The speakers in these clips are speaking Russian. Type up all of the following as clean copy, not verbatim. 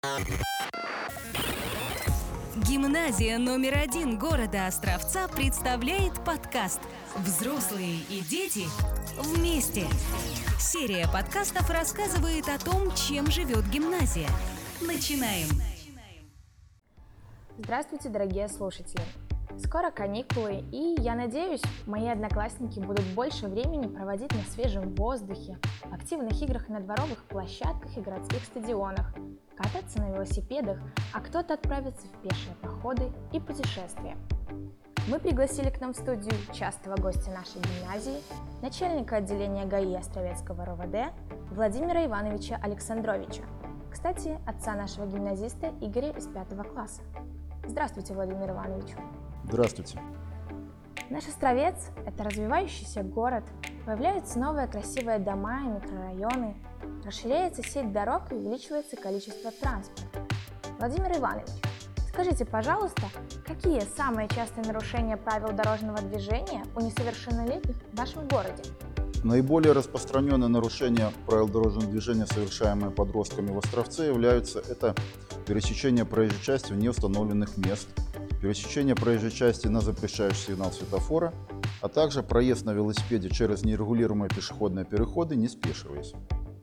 Гимназия номер 1 города Островца представляет подкаст «Взрослые и дети вместе». Серия подкастов рассказывает о том, чем живет гимназия. Начинаем! Здравствуйте, дорогие слушатели! Скоро каникулы, и, я надеюсь, мои одноклассники будут больше времени проводить на свежем воздухе, в активных играх на дворовых площадках и городских стадионах, кататься на велосипедах, а кто-то отправится в пешие походы и путешествия. Мы пригласили к нам в студию частого гостя нашей гимназии, начальника отделения ГАИ Островецкого РОВД Владимира Ивановича Александровича. Кстати, отца нашего гимназиста Игоря из 5 класса. Здравствуйте, Владимир Иванович. Здравствуйте. Наш Островец – это развивающийся город, появляются новые красивые дома и микрорайоны, расширяется сеть дорог и увеличивается количество транспорта. Владимир Иванович, скажите, пожалуйста, какие самые частые нарушения правил дорожного движения у несовершеннолетних в нашем городе? Наиболее распространенные нарушения правил дорожного движения, совершаемые подростками в Островце, являются это пересечение проезжей части в неустановленных мест, пересечение проезжей части на запрещающий сигнал светофора, а также проезд на велосипеде через нерегулируемые пешеходные переходы, не спешиваясь.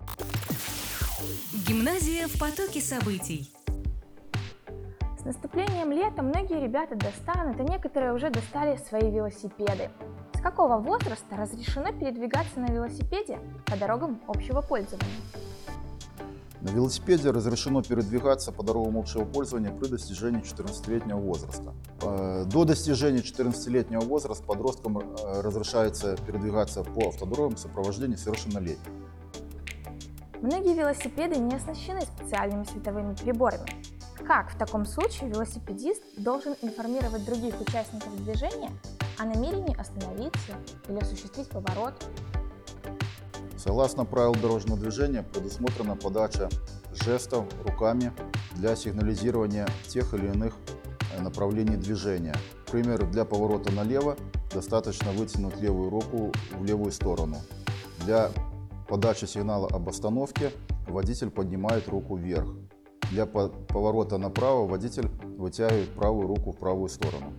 Гимназия в потоке событий. С наступлением лета многие ребята достанут, а некоторые уже достали свои велосипеды. С какого возраста разрешено передвигаться на велосипеде по дорогам общего пользования? На велосипеде разрешено передвигаться по дорогам общего пользования при достижении 14-летнего возраста. До достижения 14-летнего возраста подросткам разрешается передвигаться по автодорогам в сопровождении совершеннолетних. Многие велосипеды не оснащены специальными световыми приборами. Как в таком случае велосипедист должен информировать других участников движения о намерении остановиться или осуществить поворот? Согласно правилам дорожного движения, предусмотрена подача жестов руками для сигнализирования тех или иных направлений движения. К примеру, для поворота налево достаточно вытянуть левую руку в левую сторону. Для подачи сигнала об остановке водитель поднимает руку вверх. Для поворота направо водитель вытягивает правую руку в правую сторону.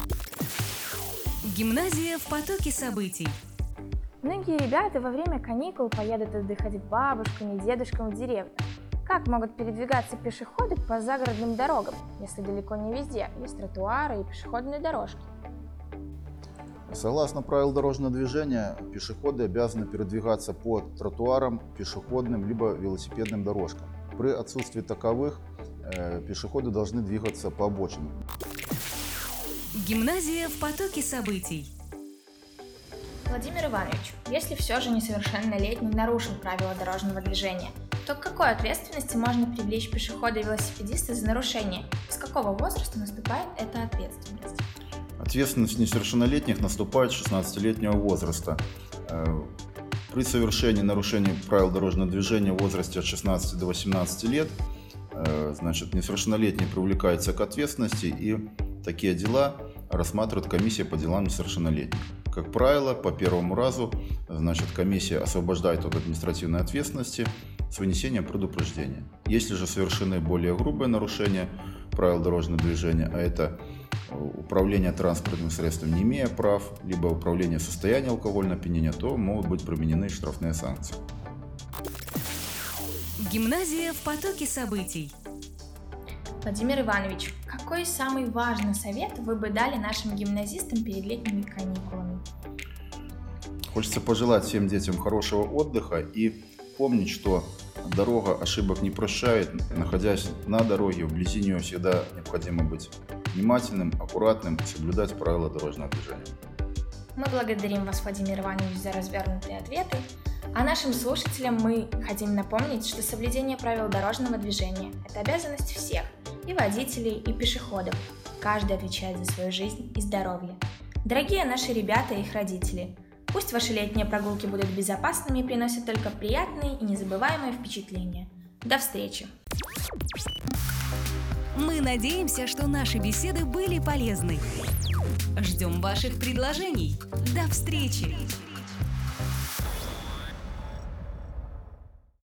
Гимназия в потоке событий. Многие ребята во время каникул поедут отдыхать к бабушкам и дедушкам в деревню. Как могут передвигаться пешеходы по загородным дорогам, если далеко не везде есть тротуары и пешеходные дорожки? Согласно правилам дорожного движения, пешеходы обязаны передвигаться по тротуарам, пешеходным либо велосипедным дорожкам. При отсутствии таковых пешеходы должны двигаться по обочинам. Гимназия в потоке событий. Владимир Иванович, если все же несовершеннолетний нарушил правила дорожного движения, то к какой ответственности можно привлечь пешехода и велосипедиста за нарушение? С какого возраста наступает эта ответственность? Ответственность несовершеннолетних наступает с 16-летнего возраста. При совершении нарушений правил дорожного движения в возрасте от 16 до 18 лет, несовершеннолетний привлекается к ответственности, и такие дела рассматривает комиссия по делам несовершеннолетних. Как правило, по первому разу, комиссия освобождает от административной ответственности с вынесением предупреждения. Если же совершены более грубые нарушения правил дорожного движения, а это управление транспортным средством, не имея прав, либо управление в состоянии алкогольного опьянения, то могут быть применены штрафные санкции. Гимназия в потоке событий. Владимир Иванович, какой самый важный совет вы бы дали нашим гимназистам перед летними каникулами? Хочется пожелать всем детям хорошего отдыха и помнить, что дорога ошибок не прощает. Находясь на дороге, вблизи нее всегда необходимо быть внимательным, аккуратным и соблюдать правила дорожного движения. Мы благодарим вас, Владимир Иванович, за развернутые ответы. А нашим слушателям мы хотим напомнить, что соблюдение правил дорожного движения – это обязанность всех, и водителей, и пешеходов. Каждый отвечает за свою жизнь и здоровье. Дорогие наши ребята и их родители, пусть ваши летние прогулки будут безопасными и приносят только приятные и незабываемые впечатления. До встречи! Мы надеемся, что наши беседы были полезны. Ждем ваших предложений. До встречи!